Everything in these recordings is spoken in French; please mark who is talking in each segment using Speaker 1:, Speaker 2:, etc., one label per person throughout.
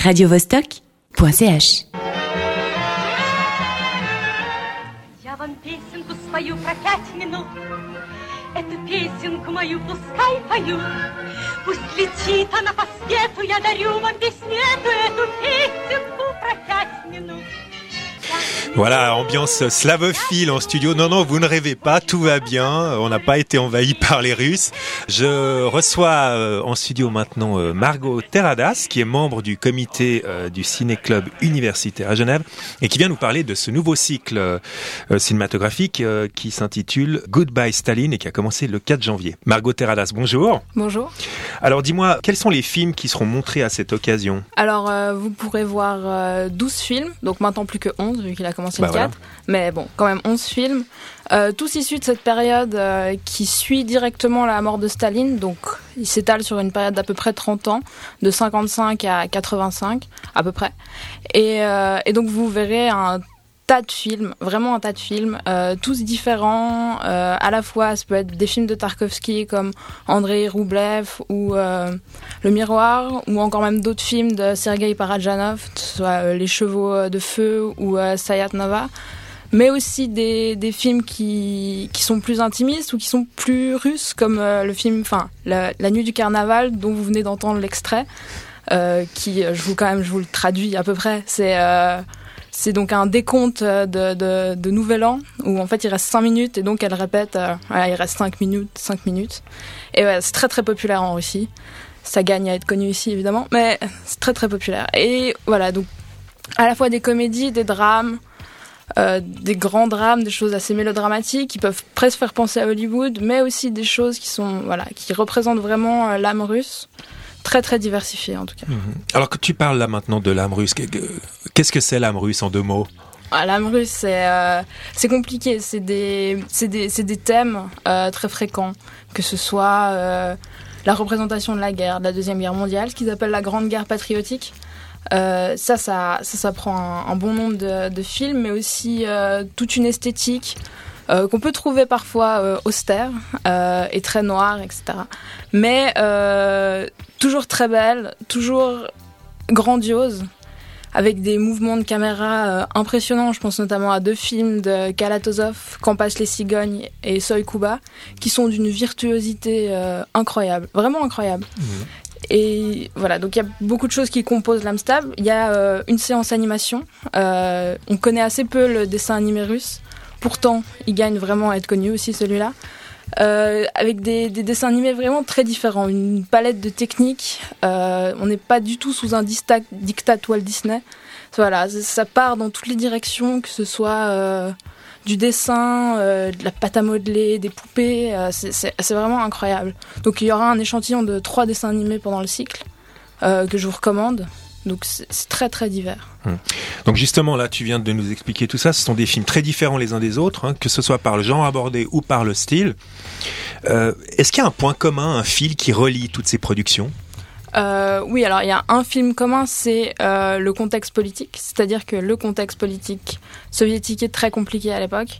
Speaker 1: radiovostok.ch.
Speaker 2: Я вам песенку спою про 5 минут. Эту песенку мою пускай поют. Пусть летит она по свету, я дарю вам песню эту песенку про 5 минут.
Speaker 3: Voilà, ambiance slavophile en studio. Non, vous ne rêvez pas, tout va bien. On n'a pas été envahi par les Russes. Je reçois en studio maintenant Margot Terradas, qui est membre du comité du Ciné-Club universitaire à Genève et qui vient nous parler de ce nouveau cycle cinématographique qui s'intitule Goodbye Staline et qui a commencé le 4 janvier. Margot Terradas, bonjour.
Speaker 4: Bonjour.
Speaker 3: Alors dis-moi, quels sont les films qui seront montrés à cette occasion ?
Speaker 4: Alors, vous pourrez voir 12 films, donc maintenant plus que 11, vu qu'il a commencé le 4. Voilà. Mais bon, quand même 11 films. Tous issus de cette période qui suit directement la mort de Staline. Donc, il s'étale sur une période d'à peu près 30 ans, de 55 à 85, à peu près. Et donc, vous verrez un tas de films, vraiment un tas de films, tous différents. À la fois, ça peut être des films de Tarkovsky comme Andrei Roublev ou Le Miroir, ou encore même d'autres films de Sergueï Parajanov, soit Les Chevaux de Feu ou Sayat Nova, mais aussi des films qui sont plus intimistes ou qui sont plus russes, comme le film, La Nuit du Carnaval, dont vous venez d'entendre l'extrait, qui, je vous le traduis à peu près, c'est donc un décompte de Nouvel An, où en fait il reste 5 minutes, et donc elle répète, il reste 5 minutes. Et ouais, c'est très très populaire en Russie. Ça gagne à être connu ici évidemment, mais c'est très très populaire. Et voilà, donc à la fois des comédies, des drames, des grands drames, des choses assez mélodramatiques qui peuvent presque faire penser à Hollywood, mais aussi des choses qui représentent vraiment l'âme russe. Très très diversifié en tout cas.
Speaker 3: Alors que tu parles là maintenant de l'âme russe, qu'est-ce que c'est l'âme russe en 2 mots ?
Speaker 4: L'âme russe, c'est compliqué, c'est des thèmes très fréquents, que ce soit la représentation de la guerre, de la Deuxième Guerre mondiale, ce qu'ils appellent la Grande Guerre patriotique. Ça prend un bon nombre de films, mais aussi toute une esthétique qu'on peut trouver parfois austère et très noire, etc. Mais toujours très belle, toujours grandiose, avec des mouvements de caméra impressionnants. Je pense notamment à 2 films de Kalatozov, Quand passent les cigognes et Soy Kuba, qui sont d'une virtuosité incroyable, vraiment incroyable. Et voilà, donc il y a beaucoup de choses qui composent l'âme stable. Il y a une séance animation. On connaît assez peu le dessin animé russe. Pourtant, il gagne vraiment à être connu aussi, celui-là. Avec des dessins animés vraiment très différents, une palette de techniques. On n'est pas du tout sous un diktat Walt Disney. Voilà, ça part dans toutes les directions, que ce soit du dessin, de la pâte à modeler, des poupées. C'est vraiment incroyable. Donc il y aura un échantillon de 3 dessins animés pendant le cycle que je vous recommande. Donc c'est très très divers.
Speaker 3: Donc justement là tu viens de nous expliquer tout ça, ce sont des films très différents les uns des autres, que ce soit par le genre abordé ou par le style. Est-ce qu'il y a un point commun, un fil qui relie toutes ces productions ?
Speaker 4: Oui, alors il y a un film commun, c'est le contexte politique, c'est-à-dire que le contexte politique soviétique est très compliqué à l'époque.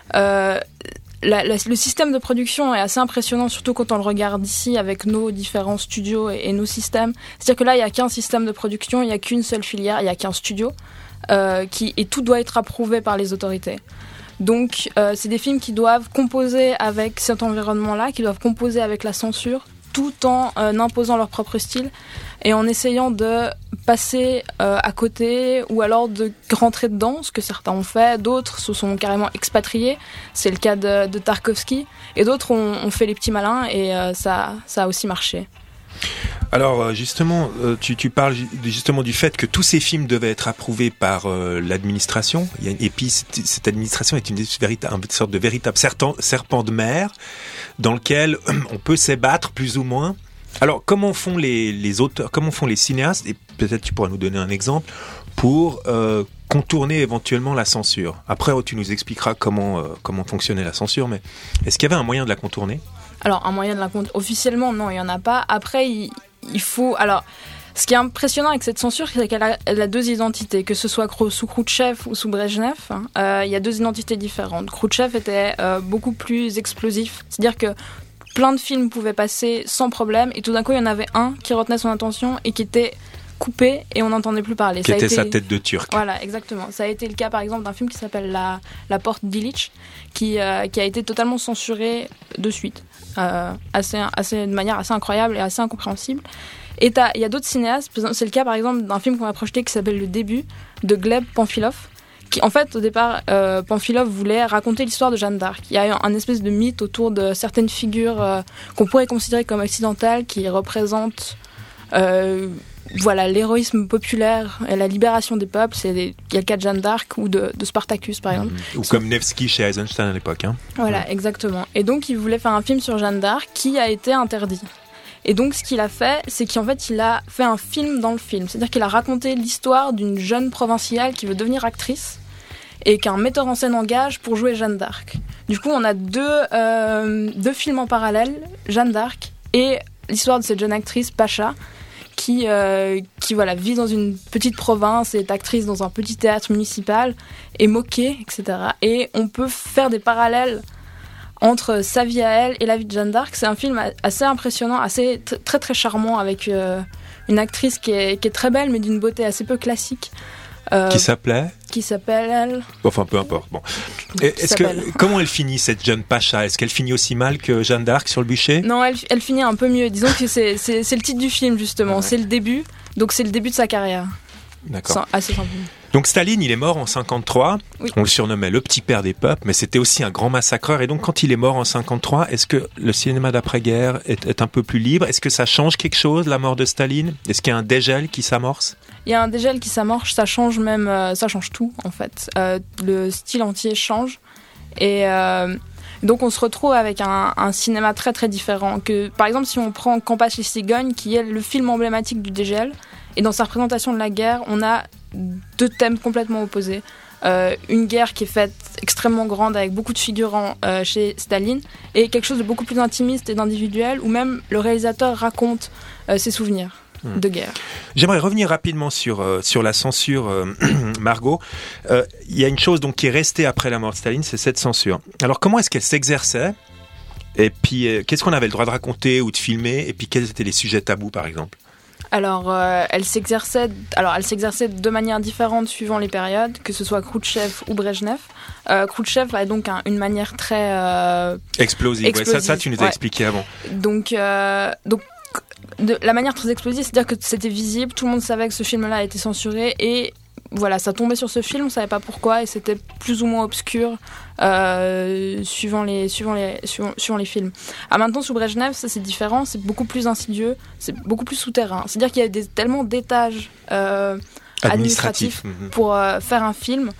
Speaker 4: Le système de production est assez impressionnant, surtout quand on le regarde ici avec nos différents studios et nos systèmes. C'est-à-dire que là, il n'y a qu'un système de production, il n'y a qu'une seule filière, il n'y a qu'un studio, et tout doit être approuvé par les autorités. Donc, c'est des films qui doivent composer avec cet environnement-là, qui doivent composer avec la censure, tout en imposant leur propre style et en essayant de passer à côté ou alors de rentrer dedans, ce que certains ont fait, d'autres se sont carrément expatriés, c'est le cas de Tarkovsky, et d'autres ont fait les petits malins et ça a aussi marché.
Speaker 3: Alors justement, tu parles justement du fait que tous ces films devaient être approuvés par l'administration, et puis cette administration est une sorte de véritable serpent de mer dans lequel on peut s'ébattre plus ou moins. Alors comment font les auteurs, comment font les cinéastes, et peut-être tu pourras nous donner un exemple, pour contourner éventuellement la censure. Après tu nous expliqueras comment fonctionnait la censure, mais est-ce qu'il y avait un moyen de la contourner ?
Speaker 4: Alors un moyen de la contourner, officiellement non, il n'y en a pas. Après il faut... Alors, ce qui est impressionnant avec cette censure, c'est qu'elle a 2 identités, que ce soit sous Khrouchtchev ou sous Brejnev. Il y a 2 identités différentes. Khrouchtchev était beaucoup plus explosif, c'est-à-dire que plein de films pouvaient passer sans problème, et tout d'un coup, il y en avait un qui retenait son attention et qui était coupé et on n'entendait plus parler.
Speaker 3: Qui était sa tête de Turc.
Speaker 4: Voilà, exactement. Ça a été le cas par exemple d'un film qui s'appelle La Porte d'Illich, qui a été totalement censuré de suite, de manière assez incroyable et assez incompréhensible. Et il y a d'autres cinéastes, c'est le cas par exemple d'un film qu'on a projeté qui s'appelle Le Début, de Gleb Pamphilov, qui en fait au départ, Pamphilov voulait raconter l'histoire de Jeanne d'Arc. Il y a un espèce de mythe autour de certaines figures qu'on pourrait considérer comme occidentales, qui représentent l'héroïsme populaire et la libération des peuples. Il y a le cas de Jeanne d'Arc ou de Spartacus par exemple.
Speaker 3: Ou comme Nevsky chez Eisenstein à l'époque.
Speaker 4: Voilà, exactement. Et donc il voulait faire un film sur Jeanne d'Arc qui a été interdit. Et donc ce qu'il a fait, c'est qu'en fait il a fait un film dans le film. C'est-à-dire qu'il a raconté l'histoire d'une jeune provinciale qui veut devenir actrice et qu'un metteur en scène engage pour jouer Jeanne d'Arc. Du coup on a deux films en parallèle, Jeanne d'Arc et l'histoire de cette jeune actrice, Pacha, qui vit dans une petite province, est actrice dans un petit théâtre municipal, est moquée, etc. Et on peut faire des parallèles entre sa vie à elle et la vie de Jeanne d'Arc. C'est un film assez impressionnant, assez très très charmant, avec une actrice qui est très belle mais d'une beauté assez peu classique.
Speaker 3: Qui s'appelle
Speaker 4: elle.
Speaker 3: Enfin, peu importe. Bon. Comment elle finit, cette jeune Pacha ? Est-ce qu'elle finit aussi mal que Jeanne d'Arc sur le bûcher ?
Speaker 4: Non, elle finit un peu mieux. Disons que c'est le titre du film, justement. Ouais. C'est le début. Donc, c'est le début de sa carrière.
Speaker 3: D'accord.
Speaker 4: Assez simple.
Speaker 3: Donc, Staline, il est mort en 1953. Oui. On le surnommait le petit père des peuples, mais c'était aussi un grand massacreur. Et donc, quand il est mort en 1953, est-ce que le cinéma d'après-guerre est un peu plus libre ? Est-ce que ça change quelque chose, la mort de Staline ? Est-ce qu'il y a un dégel qui s'amorce ?
Speaker 4: Il y a un dégel qui s'amorce, ça change tout en fait. Le style entier change et donc on se retrouve avec un cinéma très très différent. Par exemple, si on prend Quand passent les cigognes, qui est le film emblématique du dégel, et dans sa représentation de la guerre, on a deux thèmes complètement opposés. Une guerre qui est faite extrêmement grande avec beaucoup de figurants chez Staline, et quelque chose de beaucoup plus intimiste et d'individuel, où même le réalisateur raconte ses souvenirs de guerre.
Speaker 3: J'aimerais revenir rapidement sur la censure, Margot. Il y a une chose donc qui est restée après la mort de Staline, c'est cette censure. Alors comment est-ce qu'elle s'exerçait ? Et puis qu'est-ce qu'on avait le droit de raconter ou de filmer ? Et puis quels étaient les sujets tabous par exemple ?
Speaker 4: Alors, elle s'exerçait de manière différente suivant les périodes, que ce soit Khrouchtchev ou Brejnev. Khrouchtchev a donc une manière très
Speaker 3: explosive. Ouais, ça tu nous as expliqué avant.
Speaker 4: Donc de la manière très explosive, c'est-à-dire que c'était visible, tout le monde savait que ce film-là a été censuré et voilà, ça tombait sur ce film, on savait pas pourquoi et c'était plus ou moins obscur suivant les films. Maintenant sous Brejnev, ça c'est différent, c'est beaucoup plus insidieux, c'est beaucoup plus souterrain. C'est-à-dire qu'il y a tellement d'étages administratifs pour faire un film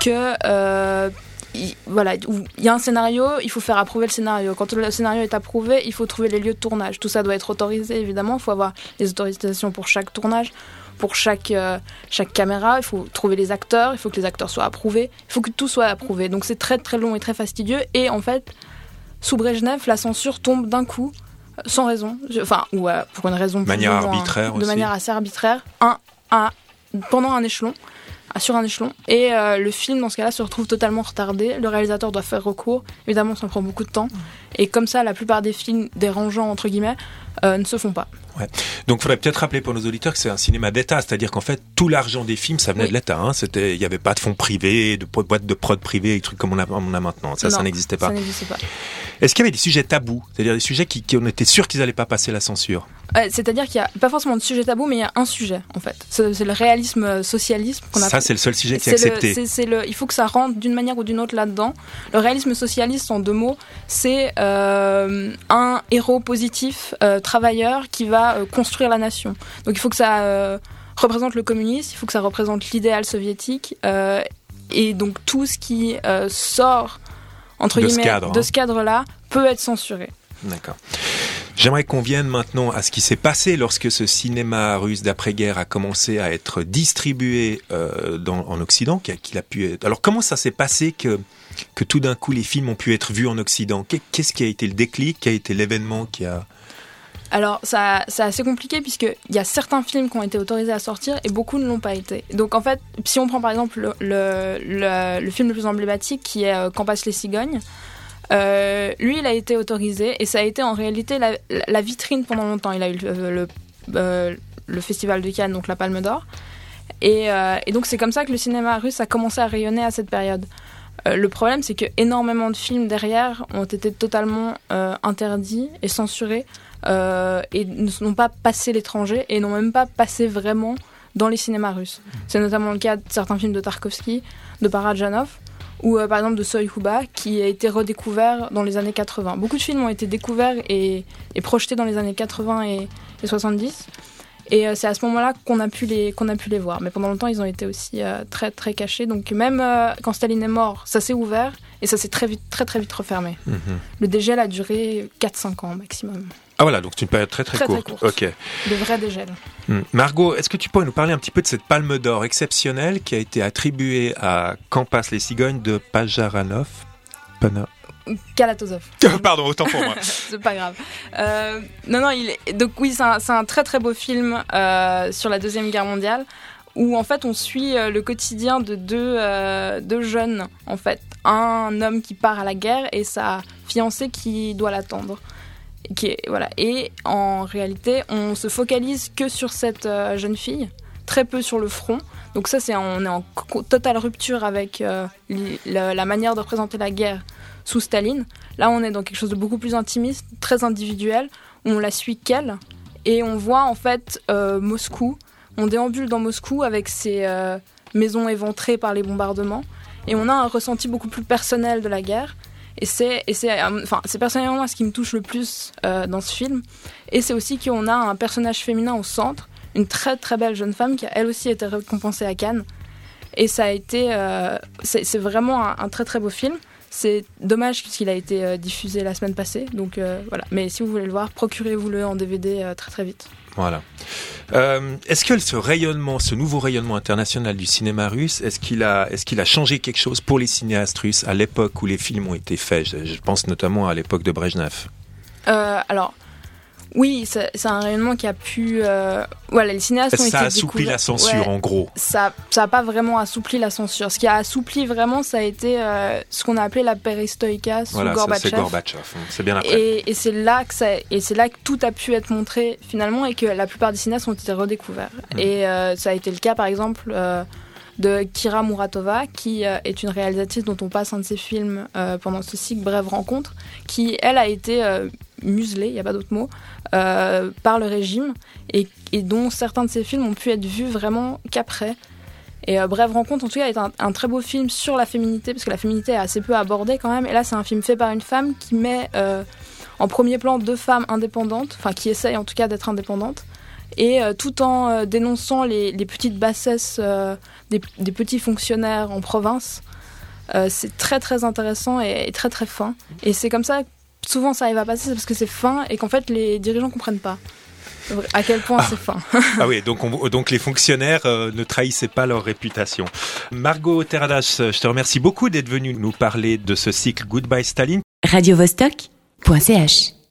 Speaker 4: que où il y a un scénario, il faut faire approuver le scénario. Quand le scénario est approuvé, il faut trouver les lieux de tournage. Tout ça doit être autorisé, évidemment. Il faut avoir les autorisations pour chaque tournage, pour chaque caméra. Il faut trouver les acteurs, il faut que les acteurs soient approuvés. Il faut que tout soit approuvé. Donc c'est très très long et très fastidieux. Et en fait, sous Brejnev, la censure tombe d'un coup, sans raison. Pour une raison de manière assez arbitraire, pendant un échelon. Sur un échelon, et le film dans ce cas-là se retrouve totalement retardé, le réalisateur doit faire recours, évidemment ça prend beaucoup de temps, et comme ça la plupart des films dérangeants entre guillemets ne se font pas.
Speaker 3: Ouais. Donc il faudrait peut-être rappeler pour nos auditeurs que c'est un cinéma d'État, c'est-à-dire qu'en fait tout l'argent des films ça venait de l'État, il n'y avait pas de fonds privés, de boîtes de prod privées, des trucs comme on a maintenant, ça n'existait pas.
Speaker 4: Ça n'existait pas.
Speaker 3: Est-ce qu'il y avait des sujets tabous, c'est-à-dire des sujets qui on était sûr qu'ils n'allaient pas passer la censure?
Speaker 4: C'est-à-dire qu'il n'y a pas forcément de sujet tabou, mais il y a un sujet en fait. C'est le réalisme socialisme qu'on appelle.
Speaker 3: Ça c'est le seul sujet qui est accepté.
Speaker 4: Il faut que ça rentre d'une manière ou d'une autre là-dedans. Le réalisme socialiste en deux mots, c'est un héros positif, travailleur qui va construire la nation. Donc il faut que ça représente le communisme, il faut que ça représente l'idéal soviétique, et donc tout ce qui sort entre guillemets de ce cadre-là peut être censuré.
Speaker 3: D'accord. J'aimerais qu'on vienne maintenant à ce qui s'est passé lorsque ce cinéma russe d'après-guerre a commencé à être distribué en Occident, qu'il a pu être... Alors comment ça s'est passé que tout d'un coup les films ont pu être vus en Occident? Qu'est-ce qui a été le déclic? Quel a été l'événement qui a...
Speaker 4: Alors, c'est assez compliqué puisqu'il y a certains films qui ont été autorisés à sortir et beaucoup ne l'ont pas été. Donc en fait, si on prend par exemple le film le plus emblématique qui est Quand passent les cigognes, lui il a été autorisé et ça a été en réalité la vitrine pendant longtemps. Il a eu le festival de Cannes, donc la Palme d'Or. Et donc c'est comme ça que le cinéma russe a commencé à rayonner à cette période. Le problème, c'est que énormément de films derrière ont été totalement interdits et censurés et n'ont pas passé l'étranger et n'ont même pas passé vraiment dans les cinémas russes. C'est notamment le cas de certains films de Tarkovsky, de Parajanov, ou par exemple de Soy Huba, qui a été redécouvert dans les années 80. Beaucoup de films ont été découverts et projetés dans les années 80 et 70. Et c'est à ce moment-là qu'on a pu les voir. Mais pendant longtemps, ils ont été aussi très, très cachés. Donc même quand Staline est mort, ça s'est ouvert et ça s'est très vite refermé. Mm-hmm. Le dégel a duré 4-5 ans maximum.
Speaker 3: Ah voilà, donc c'est une période très courte. Ok.
Speaker 4: De vrai dégel.
Speaker 3: Margot, est-ce que tu pourrais nous parler un petit peu de cette palme d'or exceptionnelle qui a été attribuée à Quand passent les cigognes de Pajaranov
Speaker 4: Kalatozov.
Speaker 3: Pardon, autant pour moi.
Speaker 4: C'est pas grave. Donc oui, c'est un très très beau film sur la Deuxième Guerre mondiale où en fait on suit le quotidien de deux jeunes en fait, un homme qui part à la guerre et sa fiancée qui doit l'attendre. Et en réalité, on se focalise que sur cette jeune fille, très peu sur le front. Donc ça, on est en totale rupture avec la manière de représenter la guerre sous Staline. Là, on est dans quelque chose de beaucoup plus intimiste, très individuel, où on la suit qu'elle. Et on voit en fait Moscou. On déambule dans Moscou avec ses maisons éventrées par les bombardements. Et on a un ressenti beaucoup plus personnel de la guerre. Et c'est personnellement ce qui me touche le plus dans ce film. Et c'est aussi qu'on a un personnage féminin au centre, une très très belle jeune femme qui a elle aussi été récompensée à Cannes. Et ça a été, c'est vraiment un très très beau film. C'est dommage qu'il a été diffusé la semaine passée. Donc voilà. Mais si vous voulez le voir, procurez-vous-le en DVD très très vite.
Speaker 3: Voilà. Est-ce que ce nouveau rayonnement international du cinéma russe, est-ce qu'il a changé quelque chose pour les cinéastes russes à l'époque où les films ont été faits ? Je pense notamment à l'époque de Brejnev.
Speaker 4: Alors, oui, c'est un rayonnement qui a pu... les cinéastes ont été découverts. Ça a assoupli
Speaker 3: la censure, en gros.
Speaker 4: Ça n'a pas vraiment assoupli la censure. Ce qui a assoupli vraiment, ça a été ce qu'on a appelé la perestroïka sous Gorbatchev.
Speaker 3: C'est Gorbatchev, c'est bien après.
Speaker 4: Et c'est là que tout a pu être montré, finalement, et que la plupart des cinéastes ont été redécouverts. Et ça a été le cas, par exemple... de Kira Muratova, qui est une réalisatrice dont on passe un de ses films pendant ce cycle Brève rencontre, qui, elle, a été muselée, il n'y a pas d'autre mot, par le régime, et dont certains de ses films ont pu être vus vraiment qu'après. Et Brève rencontre, en tout cas, est un très beau film sur la féminité, parce que la féminité est assez peu abordée quand même, et là, c'est un film fait par une femme qui met en premier plan deux femmes indépendantes, enfin, qui essayent en tout cas d'être indépendantes, et tout en dénonçant les petites bassesses des petits fonctionnaires en province. C'est très très intéressant et très très fin. Et c'est comme ça, souvent ça arrive à passer, c'est parce que c'est fin et qu'en fait les dirigeants ne comprennent pas à quel point c'est fin.
Speaker 3: Ah oui, donc les fonctionnaires ne trahissaient pas leur réputation. Margot Terradas, je te remercie beaucoup d'être venue nous parler de ce cycle Goodbye Staline.
Speaker 1: Radio Vostok.ch